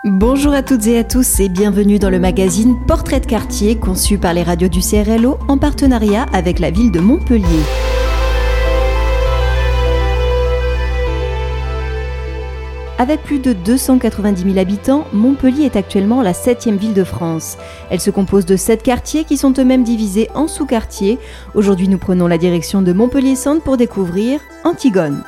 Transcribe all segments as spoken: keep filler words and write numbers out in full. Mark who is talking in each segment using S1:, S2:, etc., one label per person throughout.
S1: Bonjour à toutes et à tous et bienvenue dans le magazine Portrait de quartier conçu par les radios du C R L O en partenariat avec la ville de Montpellier. Avec plus de deux cent quatre-vingt-dix mille habitants, Montpellier est actuellement la septième ville de France. Elle se compose de sept quartiers qui sont eux-mêmes divisés en sous-quartiers. Aujourd'hui, nous prenons la direction de Montpellier-Centre pour découvrir Antigone.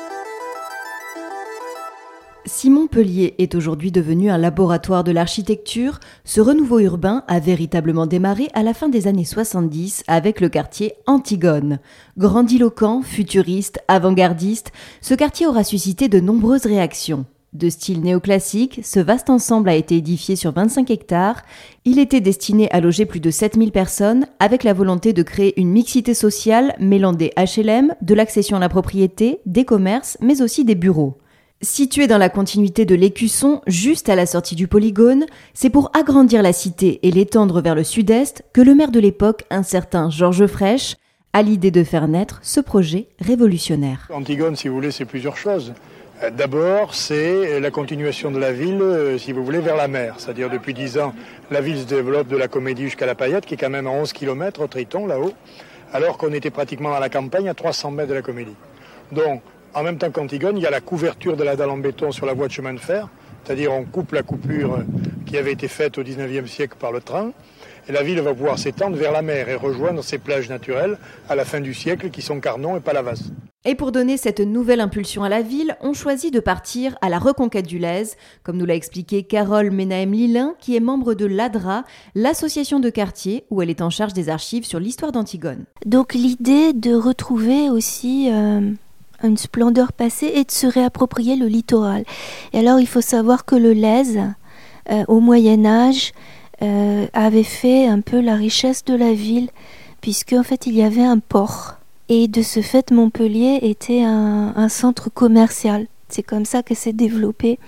S1: Si Montpellier est aujourd'hui devenu un laboratoire de l'architecture, ce renouveau urbain a véritablement démarré à la fin des années soixante-dix avec le quartier Antigone. Grandiloquent, futuriste, avant-gardiste, ce quartier aura suscité de nombreuses réactions. De style néoclassique, ce vaste ensemble a été édifié sur vingt-cinq hectares. Il était destiné à loger plus de sept mille personnes avec la volonté de créer une mixité sociale mêlant des H L M, de l'accession à la propriété, des commerces, mais aussi des bureaux. Situé dans la continuité de l'Écusson, juste à la sortie du polygone, c'est pour agrandir la cité et l'étendre vers le sud-est que le maire de l'époque, un certain Georges Frêche, a l'idée de faire naître ce projet révolutionnaire.
S2: Antigone, si vous voulez, c'est plusieurs choses. D'abord, c'est la continuation de la ville, si vous voulez, vers la mer. C'est-à-dire, depuis dix ans, la ville se développe de la Comédie jusqu'à la Paillette, qui est quand même à onze kilomètres au Triton, là-haut, alors qu'on était pratiquement à la campagne, à trois cents mètres de la Comédie. Donc, en même temps qu'Antigone, il y a la couverture de la dalle en béton sur la voie de chemin de fer, c'est-à-dire on coupe la coupure qui avait été faite au dix-neuvième siècle par le train, et la ville va pouvoir s'étendre vers la mer et rejoindre ses plages naturelles à la fin du siècle qui sont Carnon et Palavas.
S1: Et pour donner cette nouvelle impulsion à la ville, on choisit de partir à la reconquête du Lez, comme nous l'a expliqué Carole Menahem-Lilin, qui est membre de l'A D R A, l'association de quartier où elle est en charge des archives sur l'histoire d'Antigone.
S3: Donc l'idée de retrouver aussi Euh... une splendeur passée et de se réapproprier le littoral. Et alors il faut savoir que le Lez, euh, au Moyen-Âge, euh, avait fait un peu la richesse de la ville, puisque en fait il y avait un port. Et de ce fait, Montpellier était un, un centre commercial. C'est comme ça que s'est développé.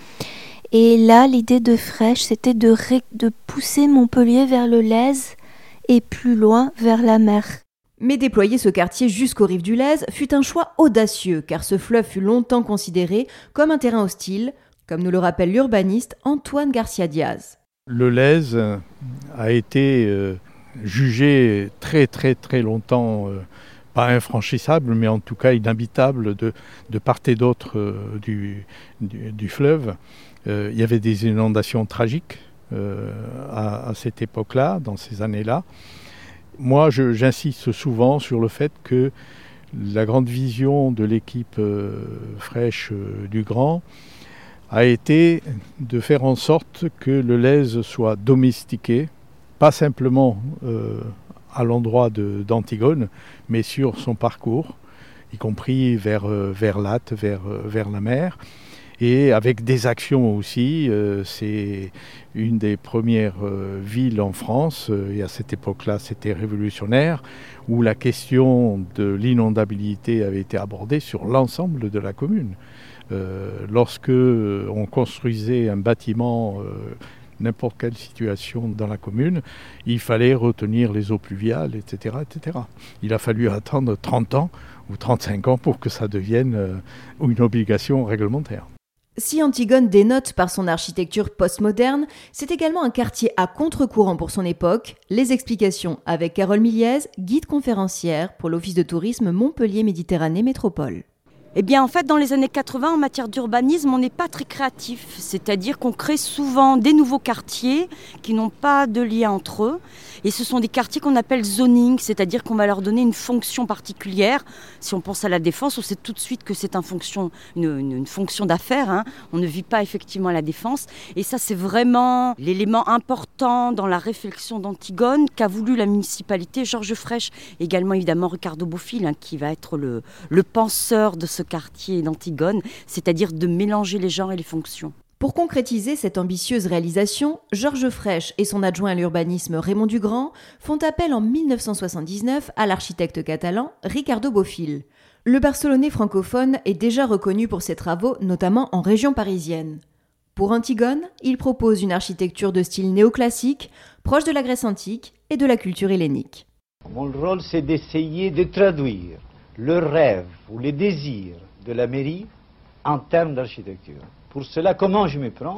S3: Et là, l'idée de Frêche, c'était de, ré- de pousser Montpellier vers le Lez et plus loin vers la mer.
S1: Mais déployer ce quartier jusqu'aux rives du Lez fut un choix audacieux, car ce fleuve fut longtemps considéré comme un terrain hostile, comme nous le rappelle l'urbaniste Antoine Garcia-Diaz.
S4: Le Lez a été euh, jugé très très très longtemps, euh, pas infranchissable, mais en tout cas inhabitable de, de part et d'autre euh, du, du, du fleuve. Euh, il y avait des inondations tragiques euh, à, à cette époque-là, dans ces années-là. Moi, je, j'insiste souvent sur le fait que la grande vision de l'équipe euh, Frêche euh, du Grand a été de faire en sorte que le Lez soit domestiqué, pas simplement euh, à l'endroit de, d'Antigone, mais sur son parcours, y compris vers, euh, vers Latte, vers, euh, vers la mer. Et avec des actions aussi, euh, c'est une des premières euh, villes en France, euh, et à cette époque-là c'était révolutionnaire, où la question de l'inondabilité avait été abordée sur l'ensemble de la commune. Euh, lorsque on construisait un bâtiment, euh, n'importe quelle situation dans la commune, il fallait retenir les eaux pluviales, et cetera, et cetera. Il a fallu attendre trente ans ou trente-cinq ans pour que ça devienne euh, une obligation réglementaire.
S1: Si Antigone dénote par son architecture postmoderne, c'est également un quartier à contre-courant pour son époque. Les explications avec Carole Miliez, guide conférencière pour l'Office de tourisme Montpellier Méditerranée Métropole.
S5: Eh bien, en fait, dans les années quatre-vingts, en matière d'urbanisme, on n'est pas très créatif. C'est-à-dire qu'on crée souvent des nouveaux quartiers qui n'ont pas de lien entre eux. Et ce sont des quartiers qu'on appelle zoning, c'est-à-dire qu'on va leur donner une fonction particulière. Si on pense à la Défense, on sait tout de suite que c'est un fonction, une, une, une fonction d'affaires. Hein. On ne vit pas effectivement à la Défense. Et ça, c'est vraiment l'élément important dans la réflexion d'Antigone qu'a voulu la municipalité. Georges Frêche, également évidemment Ricardo Bofill, hein, qui va être le, le penseur de ce quartier d'Antigone, c'est-à-dire de mélanger les genres et les fonctions.
S1: Pour concrétiser cette ambitieuse réalisation, Georges Frêche et son adjoint à l'urbanisme Raymond Dugrand font appel en dix-neuf cent soixante-dix-neuf à l'architecte catalan Ricardo Bofill. Le Barcelonais francophone est déjà reconnu pour ses travaux, notamment en région parisienne. Pour Antigone, il propose une architecture de style néoclassique, proche de la Grèce antique et de la culture hellénique.
S6: Mon rôle, c'est d'essayer de traduire le rêve ou les désirs de la mairie en termes d'architecture. Pour cela, comment je me prends?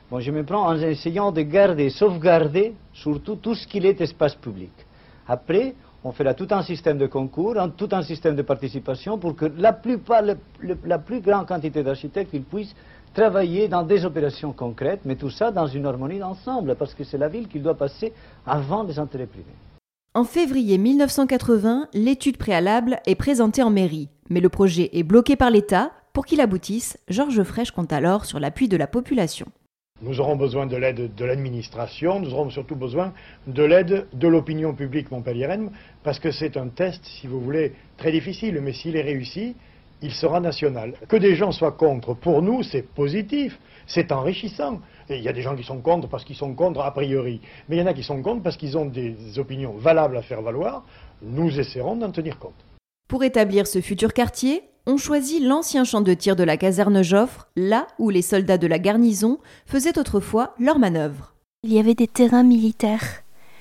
S6: Bon, je me prends en essayant de garder, sauvegarder surtout tout ce qu'il est espace public. Après, on fait là tout un système de concours, un, tout un système de participation pour que la, plupart, le, le, la plus grande quantité d'architectes ils puissent travailler dans des opérations concrètes, mais tout ça dans une harmonie d'ensemble, parce que c'est la ville qui doit passer avant des intérêts privés.
S1: En février mille neuf cent quatre-vingts, l'étude préalable est présentée en mairie, mais le projet est bloqué par l'État. Pour qu'il aboutisse, Georges Frêche compte alors sur l'appui de la population.
S2: Nous aurons besoin de l'aide de l'administration, nous aurons surtout besoin de l'aide de l'opinion publique montpelliéraine, parce que c'est un test, si vous voulez, très difficile, mais s'il est réussi, il sera national. Que des gens soient contre, pour nous, c'est positif, c'est enrichissant. Et il y a des gens qui sont contre parce qu'ils sont contre a priori, mais il y en a qui sont contre parce qu'ils ont des opinions valables à faire valoir. Nous essaierons d'en tenir compte.
S1: Pour établir ce futur quartier, on choisit l'ancien champ de tir de la caserne Joffre, là où les soldats de la garnison faisaient autrefois leurs manœuvres.
S3: Il y avait des terrains militaires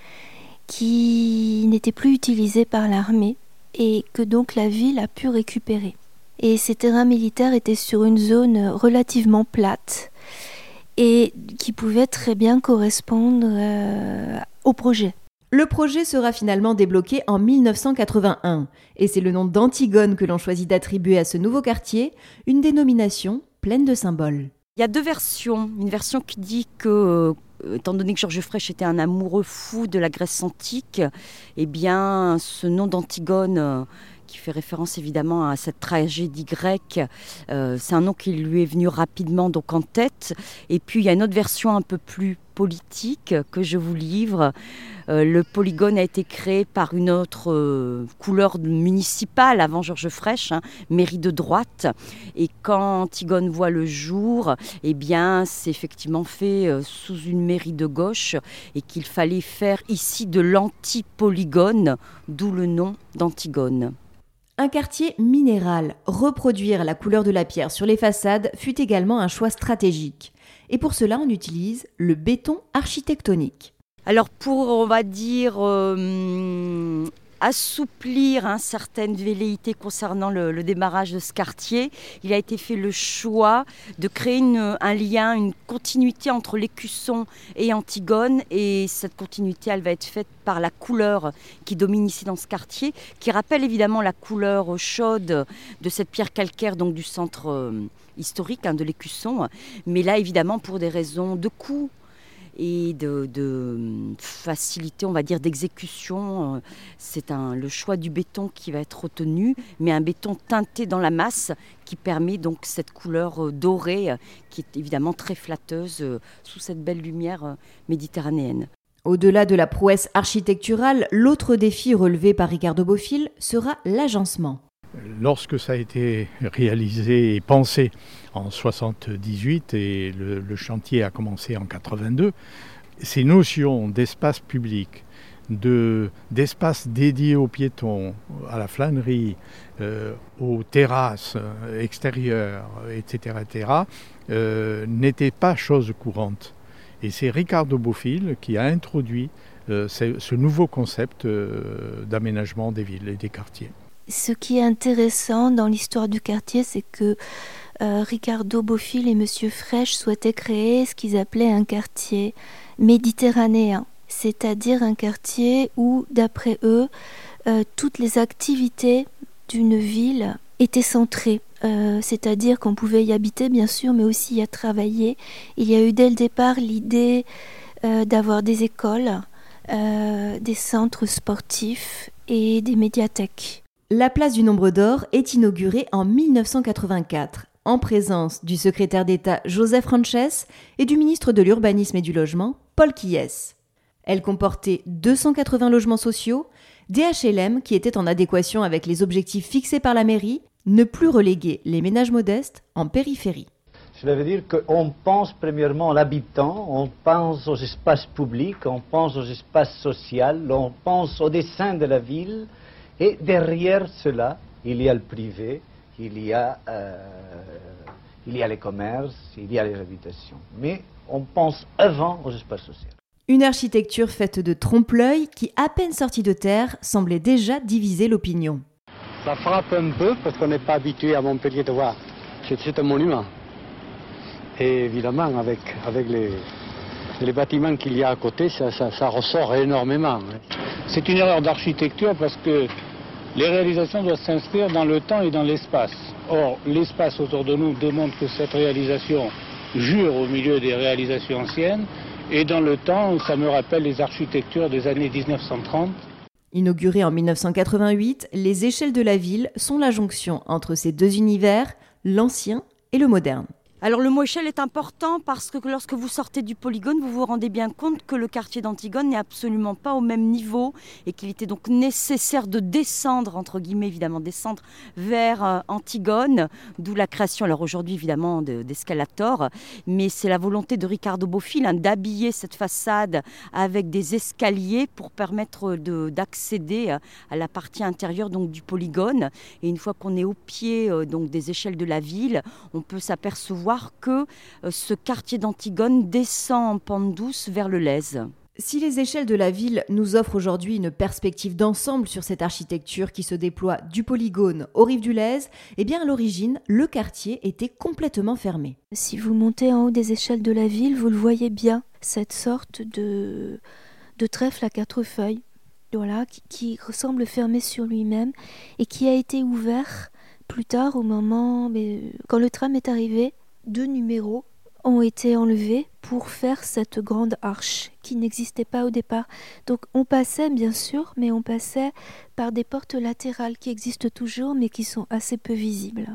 S3: qui n'étaient plus utilisés par l'armée et que donc la ville a pu récupérer. Et ces terrains militaires étaient sur une zone relativement plate et qui pouvait très bien correspondre euh, au projet.
S1: Le projet sera finalement débloqué en mille neuf cent quatre-vingt-un et c'est le nom d'Antigone que l'on choisit d'attribuer à ce nouveau quartier, une dénomination pleine de symboles.
S5: Il y a deux versions. Une version qui dit que, euh, étant donné que Georges Frêche était un amoureux fou de la Grèce antique, eh bien, ce nom d'Antigone, euh, qui fait référence évidemment à cette tragédie grecque, euh, c'est un nom qui lui est venu rapidement donc en tête. Et puis il y a une autre version un peu plus politique que je vous livre. Euh, le polygone a été créé par une autre euh, couleur municipale avant Georges Frêche, hein, mairie de droite. Et quand Antigone voit le jour, eh bien, c'est effectivement fait euh, sous une mairie de gauche et qu'il fallait faire ici de l'anti-polygone, d'où le nom d'Antigone.
S1: Un quartier minéral, reproduire la couleur de la pierre sur les façades fut également un choix stratégique. Et pour cela, on utilise le béton architectonique.
S5: Alors pour, on va dire, euh, assouplir hein, certaines velléités concernant le, le démarrage de ce quartier, il a été fait le choix de créer une, un lien, une continuité entre l'Écusson et Antigone. Et cette continuité, elle va être faite par la couleur qui domine ici dans ce quartier, qui rappelle évidemment la couleur chaude de cette pierre calcaire donc du centre euh, historique hein, de l'Écusson. Mais là, évidemment, pour des raisons de coût et de, de facilité, on va dire, d'exécution. C'est un, le choix du béton qui va être retenu, mais un béton teinté dans la masse qui permet donc cette couleur dorée qui est évidemment très flatteuse sous cette belle lumière méditerranéenne.
S1: Au-delà de la prouesse architecturale, l'autre défi relevé par Ricardo Bofill sera l'agencement.
S4: Lorsque ça a été réalisé et pensé en soixante-dix-huit et le, le chantier a commencé en quatre-vingt-deux, ces notions d'espace public, de, d'espace dédié aux piétons, à la flânerie, euh, aux terrasses extérieures, et cetera, et cetera euh, n'étaient pas chose courante. Et c'est Ricardo Bofill qui a introduit euh, ce, ce nouveau concept euh, d'aménagement des villes et des quartiers.
S3: Ce qui est intéressant dans l'histoire du quartier, c'est que euh, Ricardo Bofill et Monsieur Frêche souhaitaient créer ce qu'ils appelaient un quartier méditerranéen, c'est-à-dire un quartier où, d'après eux, euh, toutes les activités d'une ville étaient centrées. Euh, c'est-à-dire qu'on pouvait y habiter, bien sûr, mais aussi y travailler. Il y a eu dès le départ l'idée euh, d'avoir des écoles, euh, des centres sportifs et des médiathèques.
S1: La place du Nombre d'Or est inaugurée en mille neuf cent quatre-vingt-quatre, en présence du secrétaire d'État Joseph Frances et du ministre de l'Urbanisme et du Logement, Paul Quies. Elle comportait deux cent quatre-vingts logements sociaux, des H L M qui étaient en adéquation avec les objectifs fixés par la mairie, ne plus reléguer les ménages modestes en périphérie.
S6: Cela veut dire qu'on pense premièrement à l'habitant, on pense aux espaces publics, on pense aux espaces sociaux, on pense au dessin de la ville. Et derrière cela, il y a le privé, il y a, euh, il y a les commerces, il y a les habitations. Mais on pense avant aux espaces sociaux.
S1: Une architecture faite de trompe-l'œil qui, à peine sortie de terre, semblait déjà diviser l'opinion.
S7: Ça frappe un peu parce qu'on n'est pas habitué à Montpellier de voir. C'est un monument.
S6: Et évidemment, avec, avec les, les bâtiments qu'il y a à côté, ça, ça, ça ressort énormément.
S7: C'est une erreur d'architecture parce que les réalisations doivent s'inscrire dans le temps et dans l'espace. Or, l'espace autour de nous démontre que cette réalisation jure au milieu des réalisations anciennes. Et dans le temps, ça me rappelle les architectures des années dix-neuf cent trente.
S1: Inaugurées en mille neuf cent quatre-vingt-huit, les échelles de la ville sont la jonction entre ces deux univers, l'ancien et le moderne.
S5: Alors le mot échelle est important parce que lorsque vous sortez du polygone, vous vous rendez bien compte que le quartier d'Antigone n'est absolument pas au même niveau et qu'il était donc nécessaire de descendre, entre guillemets évidemment, descendre vers euh, Antigone, d'où la création, alors aujourd'hui évidemment, de, d'escalator, mais c'est la volonté de Riccardo Bofill hein, d'habiller cette façade avec des escaliers pour permettre de, d'accéder à la partie intérieure donc, du polygone. Et une fois qu'on est au pied euh, donc, des échelles de la ville, on peut s'apercevoir que ce quartier d'Antigone descend en pente douce vers le Lèze.
S1: Si les échelles de la ville nous offrent aujourd'hui une perspective d'ensemble sur cette architecture qui se déploie du polygone aux rives du Lèze, eh bien à l'origine, le quartier était complètement fermé.
S3: Si vous montez en haut des échelles de la ville, vous le voyez bien, cette sorte de, de trèfle à quatre feuilles, voilà, qui, qui ressemble fermé sur lui-même et qui a été ouvert plus tard au moment, mais, quand le tram est arrivé. Deux numéros ont été enlevés pour faire cette grande arche qui n'existait pas au départ. Donc on passait bien sûr, mais on passait par des portes latérales qui existent toujours mais qui sont assez peu visibles.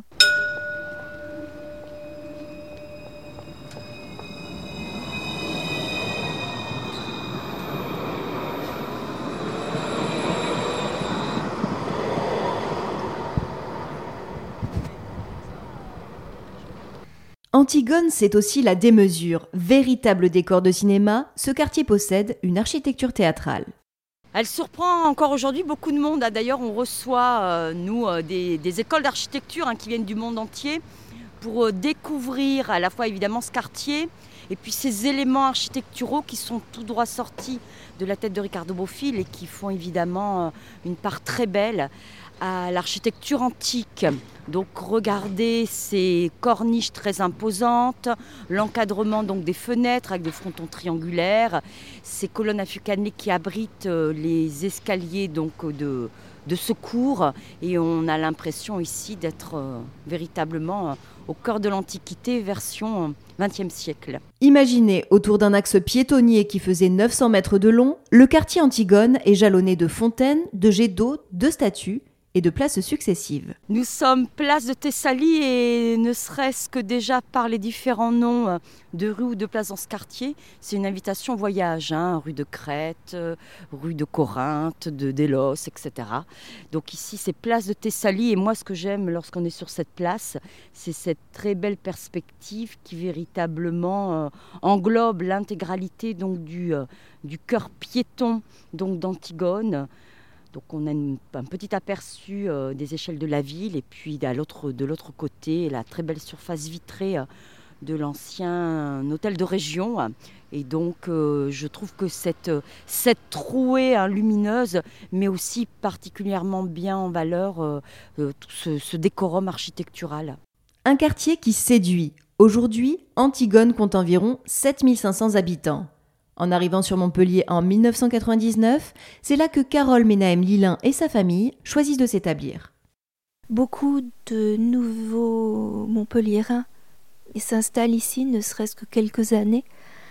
S1: Antigone, c'est aussi la démesure. Véritable décor de cinéma, ce quartier possède une architecture théâtrale.
S5: Elle surprend encore aujourd'hui beaucoup de monde. D'ailleurs, on reçoit, euh, nous, euh, des, des écoles d'architecture hein, qui viennent du monde entier pour euh, découvrir à la fois évidemment ce quartier et puis ces éléments architecturaux qui sont tout droit sortis de la tête de Riccardo Bofill et qui font évidemment euh, une part très belle à l'architecture antique. Donc regardez ces corniches très imposantes, l'encadrement donc des fenêtres avec des frontons triangulaires, ces colonnes affucanées qui abritent les escaliers donc de, de secours et on a l'impression ici d'être euh, véritablement au cœur de l'Antiquité version vingtième siècle.
S1: Imaginez, autour d'un axe piétonnier qui faisait neuf cents mètres de long, le quartier Antigone est jalonné de fontaines, de jets d'eau, de statues et de places successives.
S5: Nous sommes place de Thessalie et ne serait-ce que déjà par les différents noms de rues ou de places dans ce quartier, c'est une invitation au voyage, hein, rue de Crète, rue de Corinthe, de Délos, et cetera. Donc ici c'est place de Thessalie et moi ce que j'aime lorsqu'on est sur cette place, c'est cette très belle perspective qui véritablement euh, englobe l'intégralité donc, du, euh, du cœur piéton donc, d'Antigone. Donc on a une, un petit aperçu euh, des échelles de la ville et puis à l'autre, de l'autre côté, la très belle surface vitrée euh, de l'ancien hôtel de région. Et donc euh, je trouve que cette, cette trouée hein, lumineuse met aussi particulièrement bien en valeur euh, euh, tout ce, ce décorum architectural.
S1: Un quartier qui séduit. Aujourd'hui, Antigone compte environ sept mille cinq cents habitants. En arrivant sur Montpellier en mille neuf cent quatre-vingt-dix-neuf, c'est là que Carole Menahem Lilin et sa famille choisissent de s'établir.
S3: Beaucoup de nouveaux Montpelliérains s'installent ici, ne serait-ce que quelques années,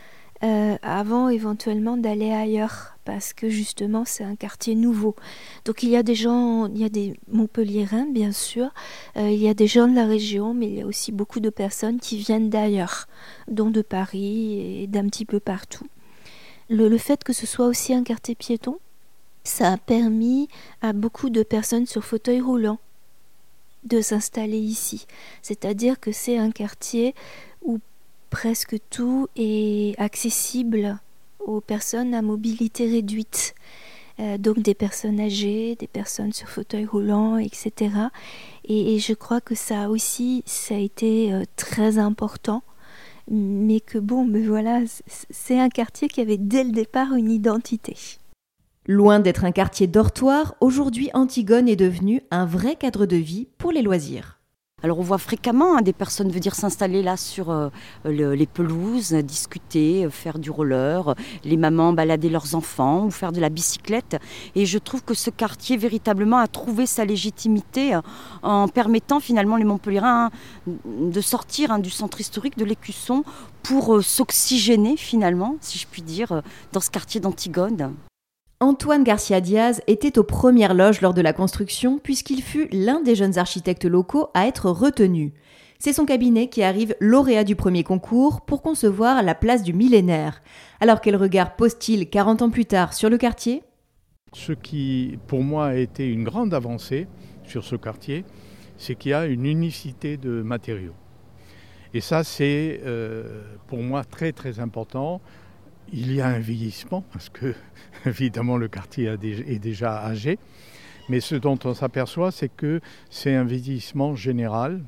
S3: euh, avant éventuellement d'aller ailleurs, parce que justement c'est un quartier nouveau. Donc il y a des gens, il y a des Montpelliérains bien sûr, euh, il y a des gens de la région, mais il y a aussi beaucoup de personnes qui viennent d'ailleurs, dont de Paris et d'un petit peu partout. Le, le fait que ce soit aussi un quartier piéton, ça a permis à beaucoup de personnes sur fauteuil roulant de s'installer ici. C'est-à-dire que c'est un quartier où presque tout est accessible aux personnes à mobilité réduite. Euh, donc des personnes âgées, des personnes sur fauteuil roulant, et cetera. Et, et je crois que ça aussi, ça a été euh, très important. Mais que bon, mais voilà, c'est un quartier qui avait dès le départ une identité.
S1: Loin d'être un quartier dortoir, aujourd'hui Antigone est devenu un vrai cadre de vie pour les loisirs.
S5: Alors on voit fréquemment hein, des personnes venir s'installer là sur euh, le, les pelouses, discuter, euh, faire du roller, euh, les mamans balader leurs enfants ou faire de la bicyclette. Et je trouve que ce quartier véritablement a trouvé sa légitimité euh, en permettant finalement les Montpelliérains hein, de sortir hein, du centre historique de l'Écusson pour euh, s'oxygéner finalement, si je puis dire, euh, dans ce quartier d'Antigone.
S1: Antoine Garcia Diaz était aux premières loges lors de la construction puisqu'il fut l'un des jeunes architectes locaux à être retenu. C'est son cabinet qui arrive lauréat du premier concours pour concevoir la place du millénaire. Alors quel regard pose-t-il quarante ans plus tard sur le quartier ?
S4: Ce qui, pour moi, a été une grande avancée sur ce quartier, c'est qu'il y a une unicité de matériaux. Et ça, c'est euh, pour moi très très important. Il y a un vieillissement, parce que, évidemment, le quartier est déjà âgé. Mais ce dont on s'aperçoit, c'est que c'est un vieillissement général.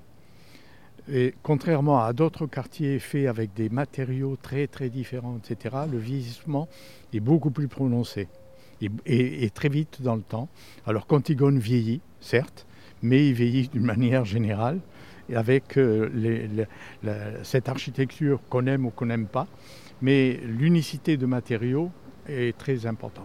S4: Et contrairement à d'autres quartiers faits avec des matériaux très, très différents, et cetera, le vieillissement est beaucoup plus prononcé et, et, et très vite dans le temps. Alors qu'Antigone vieillit, certes, mais il vieillit d'une manière générale, et avec euh, les, les, la, cette architecture qu'on aime ou qu'on n'aime pas. Mais l'unicité de matériaux est très importante.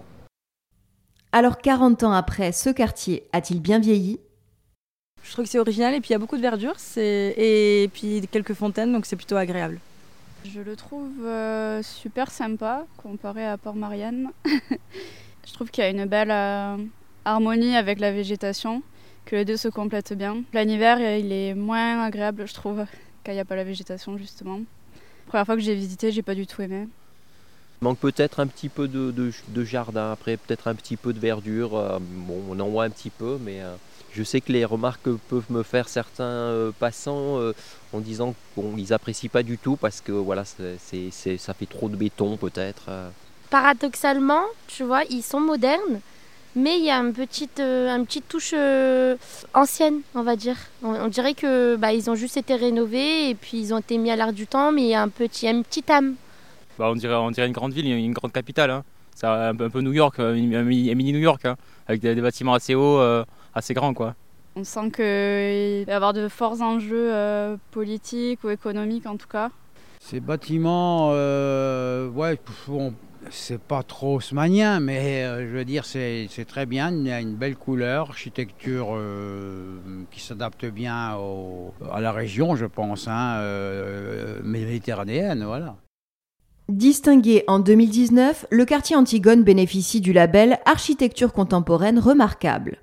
S1: Alors quarante ans après, ce quartier a-t-il bien vieilli ?
S8: Je trouve que c'est original et puis il y a beaucoup de verdure c'est... et puis quelques fontaines, donc c'est plutôt agréable.
S9: Je le trouve euh, super sympa comparé à Port-Marianne. Je trouve qu'il y a une belle euh, harmonie avec la végétation, que les deux se complètent bien. Plein hiver, il est moins agréable, je trouve, quand il n'y a pas la végétation justement. La première fois que j'ai visité, j'ai pas du tout aimé.
S10: Il manque peut-être un petit peu de, de, de jardin, après peut-être un petit peu de verdure. Euh, bon, on en voit un petit peu, mais euh, je sais que les remarques que peuvent me faire certains euh, passants euh, en disant qu'ils n'apprécient pas du tout parce que voilà, c'est, c'est, c'est, ça fait trop de béton peut-être. Euh.
S11: Paradoxalement, tu vois, ils sont modernes, mais il y a une petite, euh, une petite touche euh, ancienne, on va dire. On, on dirait que bah, ils ont juste été rénovés et puis ils ont été mis à l'air du temps, mais il y a un petit, une petite âme.
S12: Bah, on dirait, on dirait une grande ville, une grande capitale. Hein. C'est un peu, un peu New York, un mini New York, hein, avec des, des bâtiments assez hauts, euh, assez grands, quoi.
S9: On sent qu'il va y avoir de forts enjeux euh, politiques ou économiques en tout cas.
S13: Ces bâtiments, euh, ouais, bon, c'est pas trop haussmannien, mais euh, je veux dire, c'est, c'est très bien. Il y a une belle couleur, architecture euh, qui s'adapte bien au, à la région, je pense, hein, euh, méditerranéenne, voilà.
S1: Distingué en deux mille dix-neuf, le quartier Antigone bénéficie du label Architecture contemporaine remarquable.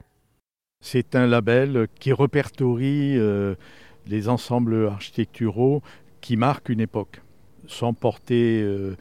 S4: C'est un label qui répertorie euh, les ensembles architecturaux qui marquent une époque, sans porter, euh,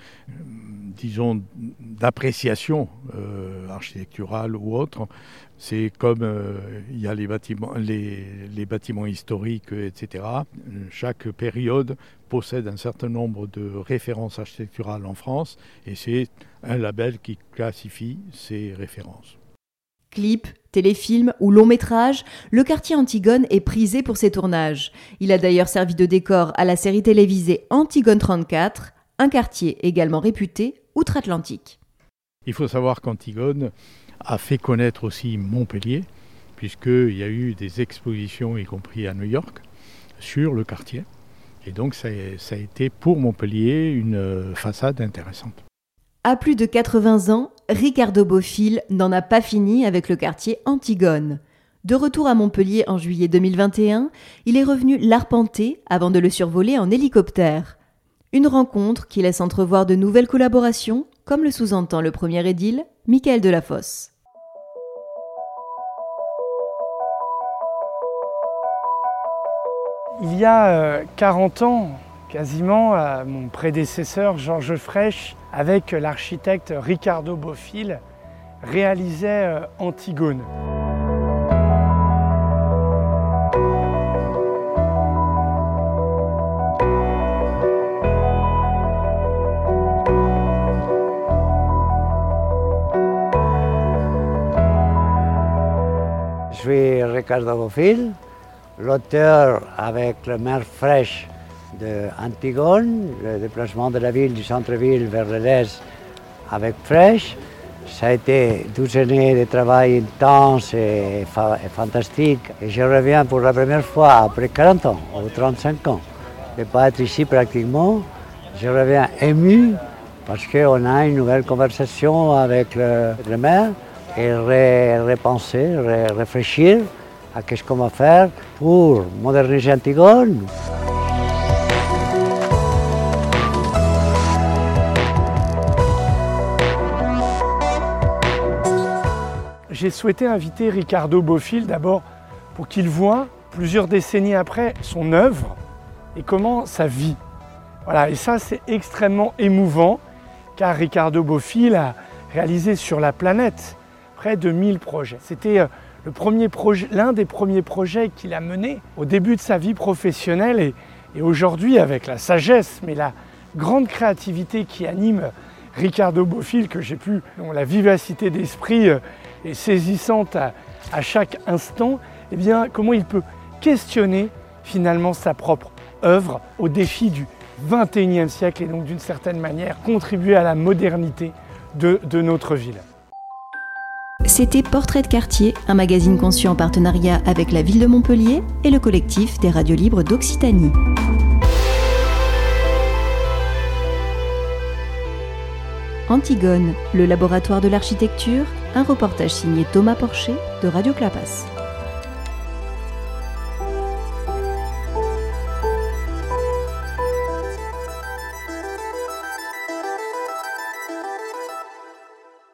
S4: disons, d'appréciation euh, architecturale ou autre. C'est comme euh, il y a les bâtiments, les, les bâtiments historiques, et cetera. Chaque période possède un certain nombre de références architecturales en France et c'est un label qui classifie ces références.
S1: Clips, téléfilms ou longs métrages, le quartier Antigone est prisé pour ses tournages. Il a d'ailleurs servi de décor à la série télévisée Antigone trente-quatre, un quartier également réputé outre-Atlantique.
S4: Il faut savoir qu'Antigone a fait connaître aussi Montpellier, puisqu'il y a eu des expositions, y compris à New York, sur le quartier. Et donc ça, ça a été pour Montpellier une façade intéressante.
S1: À plus de quatre-vingts ans, Ricardo Bofill n'en a pas fini avec le quartier Antigone. De retour à Montpellier en juillet deux mille vingt et un, il est revenu l'arpenter avant de le survoler en hélicoptère. Une rencontre qui laisse entrevoir de nouvelles collaborations, comme le sous-entend le premier édile, Michael Delafosse.
S14: Il y a euh, quarante ans, quasiment, euh, mon prédécesseur Georges Frêche, avec l'architecte Ricardo Bofill, réalisait euh, Antigone.
S6: Je suis Ricardo Bofill, l'auteur avec le maire Frêche de Antigone, le déplacement de la ville du centre-ville vers le l'est avec Frêche. Ça a été douze années de travail intense et, fa et fantastique. Et je reviens pour la première fois après quarante ans ou trente-cinq ans. De ne pas être ici pratiquement, je reviens ému parce qu'on a une nouvelle conversation avec le, le maire et ré, repenser, ré, réfléchir à qu'est-ce qu'on va faire pour moderniser Antigone.
S14: J'ai souhaité inviter Ricardo Bofill d'abord pour qu'il voie, plusieurs décennies après, son œuvre et comment ça vit. Voilà, et ça c'est extrêmement émouvant car Ricardo Bofill a réalisé sur la planète près de mille projets. C'était le premier projet, l'un des premiers projets qu'il a mené au début de sa vie professionnelle et, et aujourd'hui avec la sagesse mais la grande créativité qui anime Ricardo Bofill, que j'ai pu, dont la vivacité d'esprit est saisissante à, à chaque instant, eh bien, comment il peut questionner finalement sa propre œuvre au défi du vingt et unième siècle et donc d'une certaine manière contribuer à la modernité de, de notre ville.
S1: C'était Portrait de quartier, un magazine conçu en partenariat avec la ville de Montpellier et le collectif des radios libres d'Occitanie. Antigone, le laboratoire de l'architecture, un reportage signé Thomas Porcher de Radio Clapas.